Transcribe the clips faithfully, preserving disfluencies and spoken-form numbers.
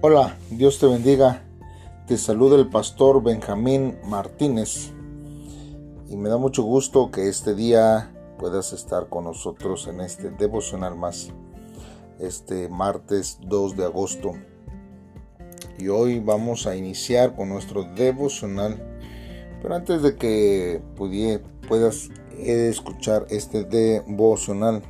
Hola, Dios te bendiga. Te saluda el pastor Benjamín Martínez y me da mucho gusto que este día puedas estar con nosotros en este devocional más, este martes dos de agosto. Y hoy vamos a iniciar con nuestro devocional, pero antes de que pudie, puedas escuchar este devocional,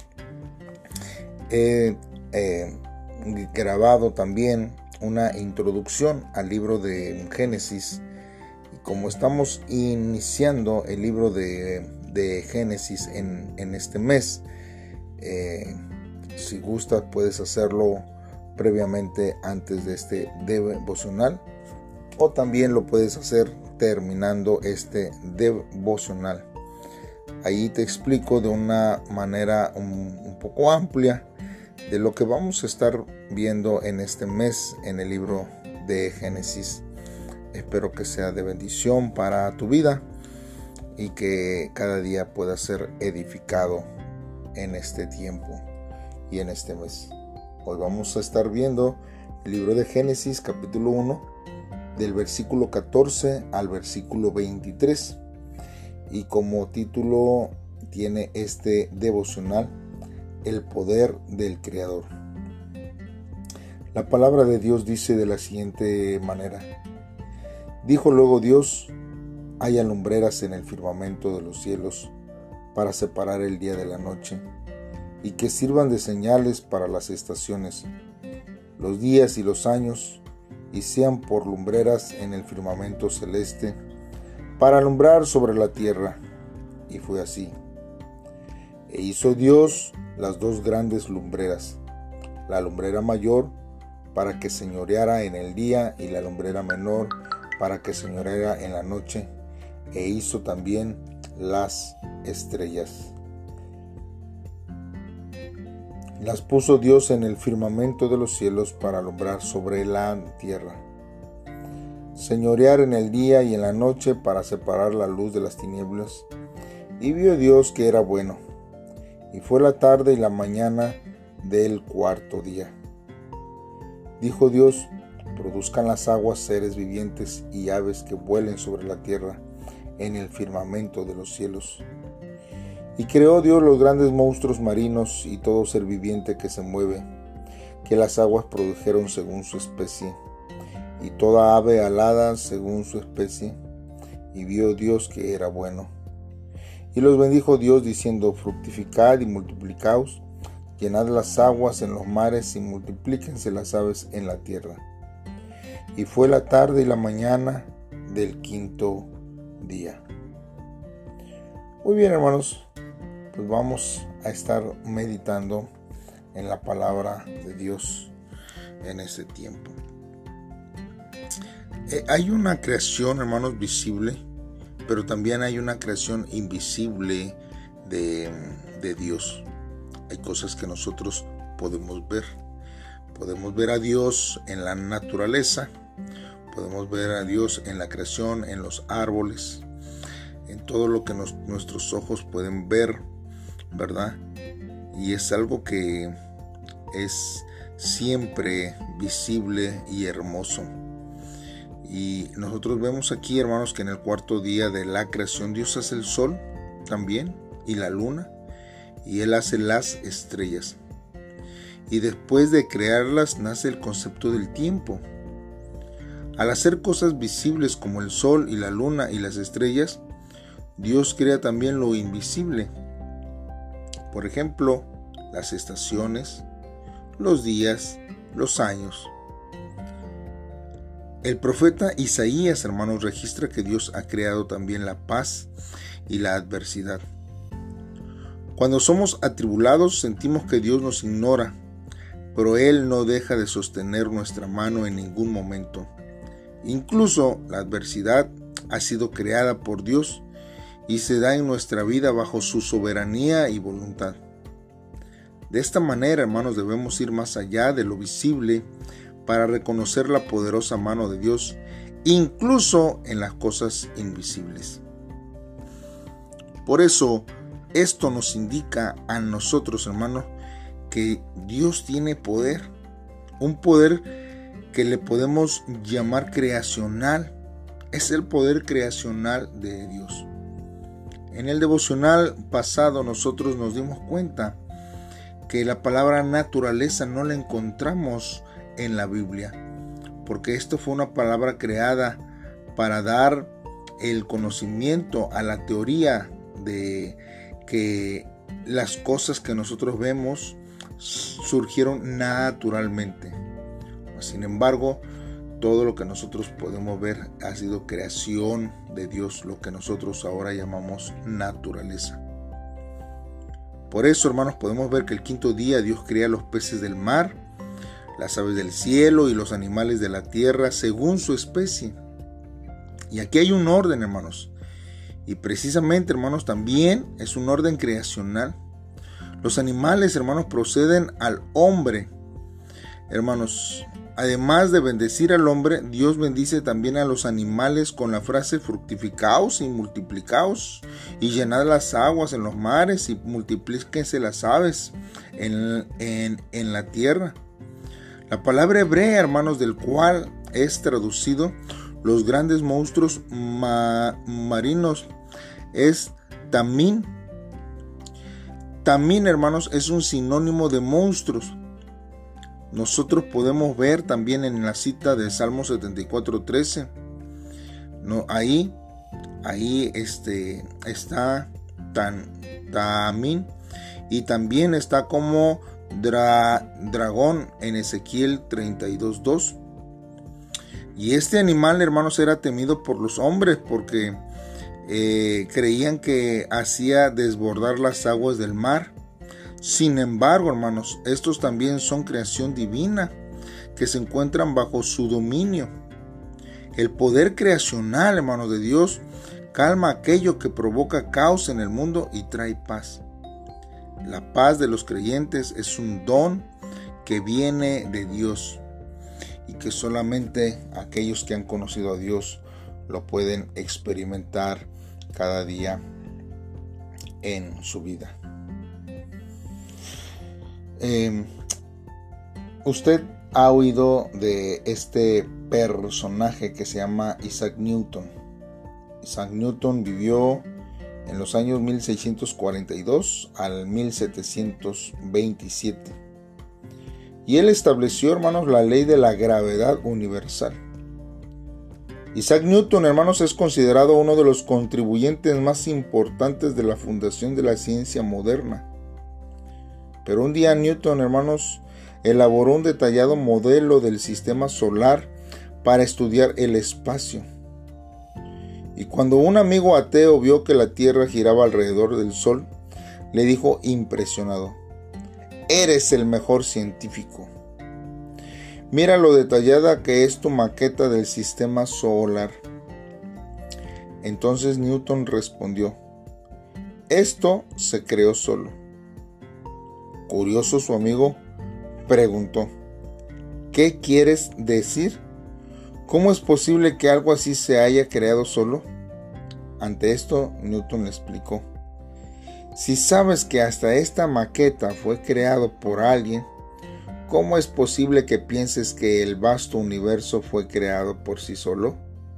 he eh, grabado también una introducción al libro de Génesis, y como estamos iniciando el libro de, de Génesis en, en este mes, eh, si gustas puedes hacerlo previamente antes de este devocional, o también lo puedes hacer terminando este devocional. Ahí te explico de una manera un, un poco amplia de lo que vamos a estar viendo en este mes en el libro de Génesis. Espero que sea de bendición para tu vida y que cada día pueda ser edificado en este tiempo y en este mes. Hoy vamos a estar viendo el libro de Génesis capítulo uno, del versículo catorce al versículo veintitrés, y como título tiene este devocional: el poder del Creador. La palabra de Dios dice de la siguiente manera: dijo luego Dios: haya lumbreras en el firmamento de los cielos para separar el día de la noche, y que sirvan de señales para las estaciones, los días y los años, y sean por lumbreras en el firmamento celeste, para alumbrar sobre la tierra. Y fue así. E hizo Dios las dos grandes lumbreras, la lumbrera mayor para que señoreara en el día, y la lumbrera menor para que señoreara en la noche. E hizo también las estrellas. Las puso Dios en el firmamento de los cielos para alumbrar sobre la tierra, señorear en el día y en la noche, para separar la luz de las tinieblas. Y vio Dios que era bueno. Y fue la tarde y la mañana del cuarto día. Dijo Dios: produzcan las aguas seres vivientes y aves que vuelen sobre la tierra en el firmamento de los cielos. Y creó Dios los grandes monstruos marinos y todo ser viviente que se mueve, que las aguas produjeron según su especie, y toda ave alada según su especie. Y vio Dios que era bueno. Y los bendijo Dios diciendo: fructificad y multiplicaos, llenad las aguas en los mares y multiplíquense las aves en la tierra. Y fue la tarde y la mañana del quinto día. Muy bien, hermanos, pues vamos a estar meditando en la palabra de Dios en este tiempo. Eh, hay una creación, hermanos, visible, pero también hay una creación invisible de, de Dios. Hay cosas que nosotros podemos ver. Podemos ver a Dios en la naturaleza, podemos ver a Dios en la creación, en los árboles, en todo lo que nos, nuestros ojos pueden ver, ¿verdad? Y es algo que es siempre visible y hermoso. Y nosotros vemos aquí, hermanos, que en el cuarto día de la creación Dios hace el sol también y la luna, y Él hace las estrellas. Y después de crearlas nace el concepto del tiempo. Al hacer cosas visibles como el sol y la luna y las estrellas, Dios crea también lo invisible. Por ejemplo, las estaciones, los días, los años. El profeta Isaías, hermanos, registra que Dios ha creado también la paz y la adversidad. Cuando somos atribulados, sentimos que Dios nos ignora, pero Él no deja de sostener nuestra mano en ningún momento. Incluso la adversidad ha sido creada por Dios y se da en nuestra vida bajo su soberanía y voluntad. De esta manera, hermanos, debemos ir más allá de lo visible para reconocer la poderosa mano de Dios, incluso en las cosas invisibles. Por eso, esto nos indica a nosotros, hermanos, que Dios tiene poder, un poder que le podemos llamar creacional. Es el poder creacional de Dios. En el devocional pasado nosotros nos dimos cuenta que la palabra naturaleza no la encontramos en la Biblia, porque esto fue una palabra creada para dar el conocimiento a la teoría de que las cosas que nosotros vemos surgieron naturalmente. Sin embargo, todo lo que nosotros podemos ver ha sido creación de Dios, lo que nosotros ahora llamamos naturaleza. Por eso, hermanos, podemos ver que el quinto día Dios crea los peces del mar, las aves del cielo y los animales de la tierra según su especie. Y aquí hay un orden, hermanos. Y precisamente, hermanos, también es un orden creacional. Los animales, hermanos, proceden al hombre. Hermanos, además de bendecir al hombre, Dios bendice también a los animales con la frase fructificaos y multiplicaos y llenad las aguas en los mares y multiplíquense las aves en, en, en la tierra. La palabra hebrea, hermanos, del cual es traducido los grandes monstruos ma- marinos, es tamín. Tamín, hermanos, es un sinónimo de monstruos. Nosotros podemos ver también en la cita de Salmo setenta y cuatro, trece. No, ahí, ahí este, está tan, tamín, y también está como dra, dragón en Ezequiel treinta y dos, dos. Y este animal, hermanos, era temido por los hombres porque eh, creían que hacía desbordar las aguas del mar. Sin embargo, hermanos, estos también son creación divina que se encuentran bajo su dominio. El poder creacional, hermanos, de Dios calma aquello que provoca caos en el mundo y trae paz. La paz de los creyentes es un don que viene de Dios y que solamente aquellos que han conocido a Dios lo pueden experimentar cada día en su vida. Eh, usted ha oído de este personaje que se llama Isaac Newton. Isaac Newton vivió en los años mil seiscientos cuarenta y dos al mil setecientos veintisiete. Y él estableció, hermanos, la ley de la gravedad universal. Isaac Newton, hermanos, es considerado uno de los contribuyentes más importantes de la fundación de la ciencia moderna. Pero un día Newton, hermanos, elaboró un detallado modelo del sistema solar para estudiar el espacio. Y cuando un amigo ateo vio que la Tierra giraba alrededor del Sol, le dijo impresionado: «Eres el mejor científico. Mira lo detallada que es tu maqueta del sistema solar». Entonces Newton respondió: «Esto se creó solo». Curioso, su amigo preguntó: «¿Qué quieres decir? ¿Cómo es posible que algo así se haya creado solo?». Ante esto, Newton le explicó: «Si sabes que hasta esta maqueta fue creado por alguien, ¿cómo es posible que pienses que el vasto universo fue creado por sí solo?».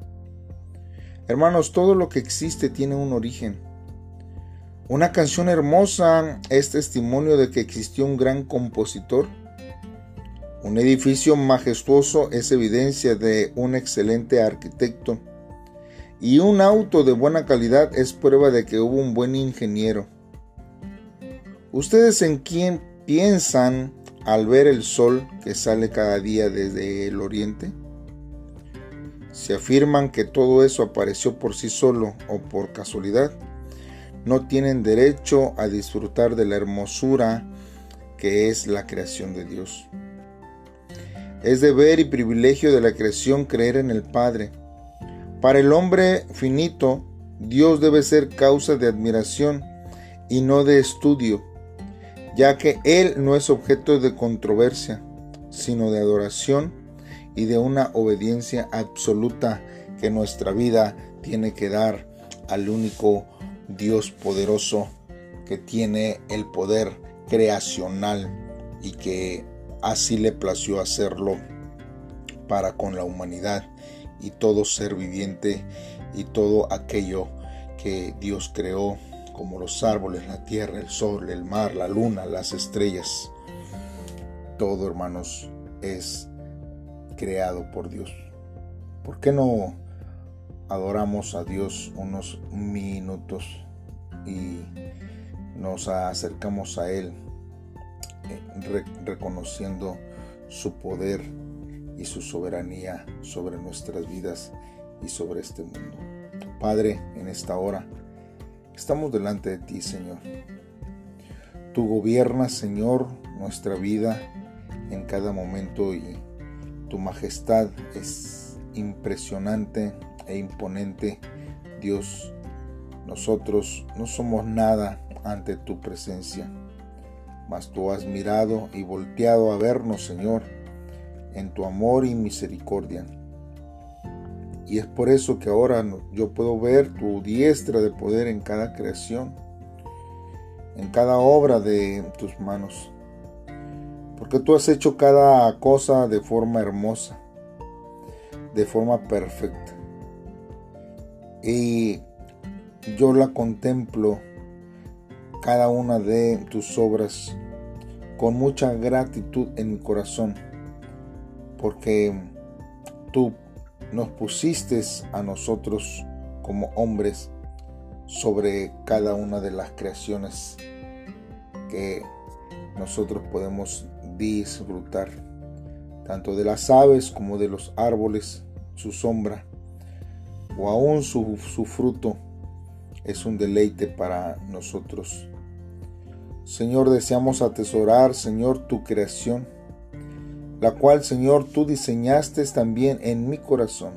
Hermanos, todo lo que existe tiene un origen. Una canción hermosa es testimonio de que existió un gran compositor. Un edificio majestuoso es evidencia de un excelente arquitecto. Y un auto de buena calidad es prueba de que hubo un buen ingeniero. ¿Ustedes en quién piensan al ver el sol que sale cada día desde el oriente? Si afirman que todo eso apareció por sí solo o por casualidad, no tienen derecho a disfrutar de la hermosura que es la creación de Dios. Es deber y privilegio de la creación creer en el Padre. Para el hombre finito, Dios debe ser causa de admiración y no de estudio, ya que Él no es objeto de controversia, sino de adoración y de una obediencia absoluta que nuestra vida tiene que dar al único Dios poderoso que tiene el poder creacional y que así le plació hacerlo para con la humanidad y todo ser viviente y todo aquello que Dios creó, como los árboles, la tierra, el sol, el mar, la luna, las estrellas. Todo, hermanos, es creado por Dios. ¿Por qué no adoramos a Dios unos minutos y nos acercamos a Él re- reconociendo su poder y su soberanía sobre nuestras vidas y sobre este mundo? Padre, en esta hora estamos delante de ti, Señor. Tú gobiernas, Señor, nuestra vida en cada momento y tu majestad es impresionante e imponente. Dios, nosotros no somos nada ante tu presencia, mas tú has mirado y volteado a vernos, Señor, en tu amor y misericordia. Y es por eso que ahora yo puedo ver tu diestra de poder en cada creación, en cada obra de tus manos, porque tú has hecho cada cosa de forma hermosa, de forma perfecta. Y yo la contemplo, cada una de tus obras, con mucha gratitud en mi corazón, porque tú nos pusiste a nosotros como hombres sobre cada una de las creaciones que nosotros podemos disfrutar, tanto de las aves como de los árboles. Su sombra o aún su, su fruto es un deleite para nosotros. Señor, deseamos atesorar, Señor, tu creación, la cual, Señor, tú diseñaste también en mi corazón.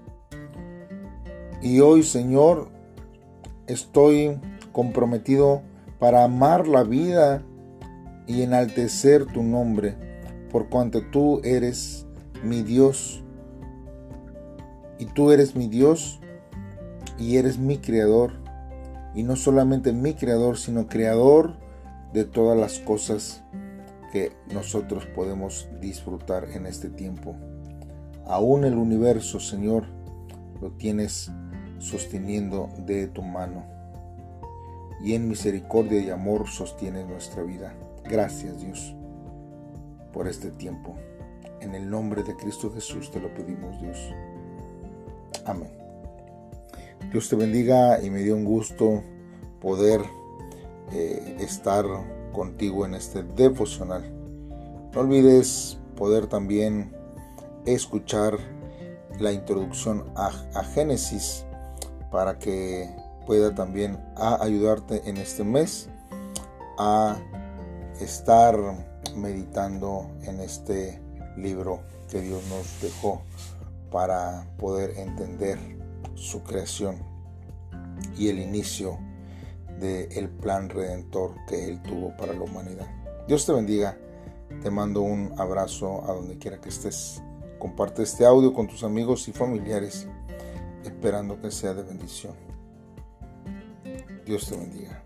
Y hoy, Señor, estoy comprometido para amar la vida y enaltecer tu nombre, por cuanto tú eres mi Dios. Y tú eres mi Dios y eres mi creador. Y no solamente mi creador, sino creador de todas las cosas que nosotros podemos disfrutar en este tiempo. Aún el universo, Señor, lo tienes sosteniendo de tu mano. Y en misericordia y amor sostienes nuestra vida. Gracias, Dios, por este tiempo. En el nombre de Cristo Jesús te lo pedimos, Dios. Amén. Dios te bendiga y me dio un gusto poder eh, estar contigo en este devocional. No olvides poder también escuchar la introducción a, a Génesis para que pueda también a ayudarte en este mes a estar meditando en este libro que Dios nos dejó para poder entender su creación y el inicio del plan redentor que Él tuvo para la humanidad. Dios te bendiga. Te mando un abrazo a donde quiera que estés. Comparte este audio con tus amigos y familiares, esperando que sea de bendición. Dios te bendiga.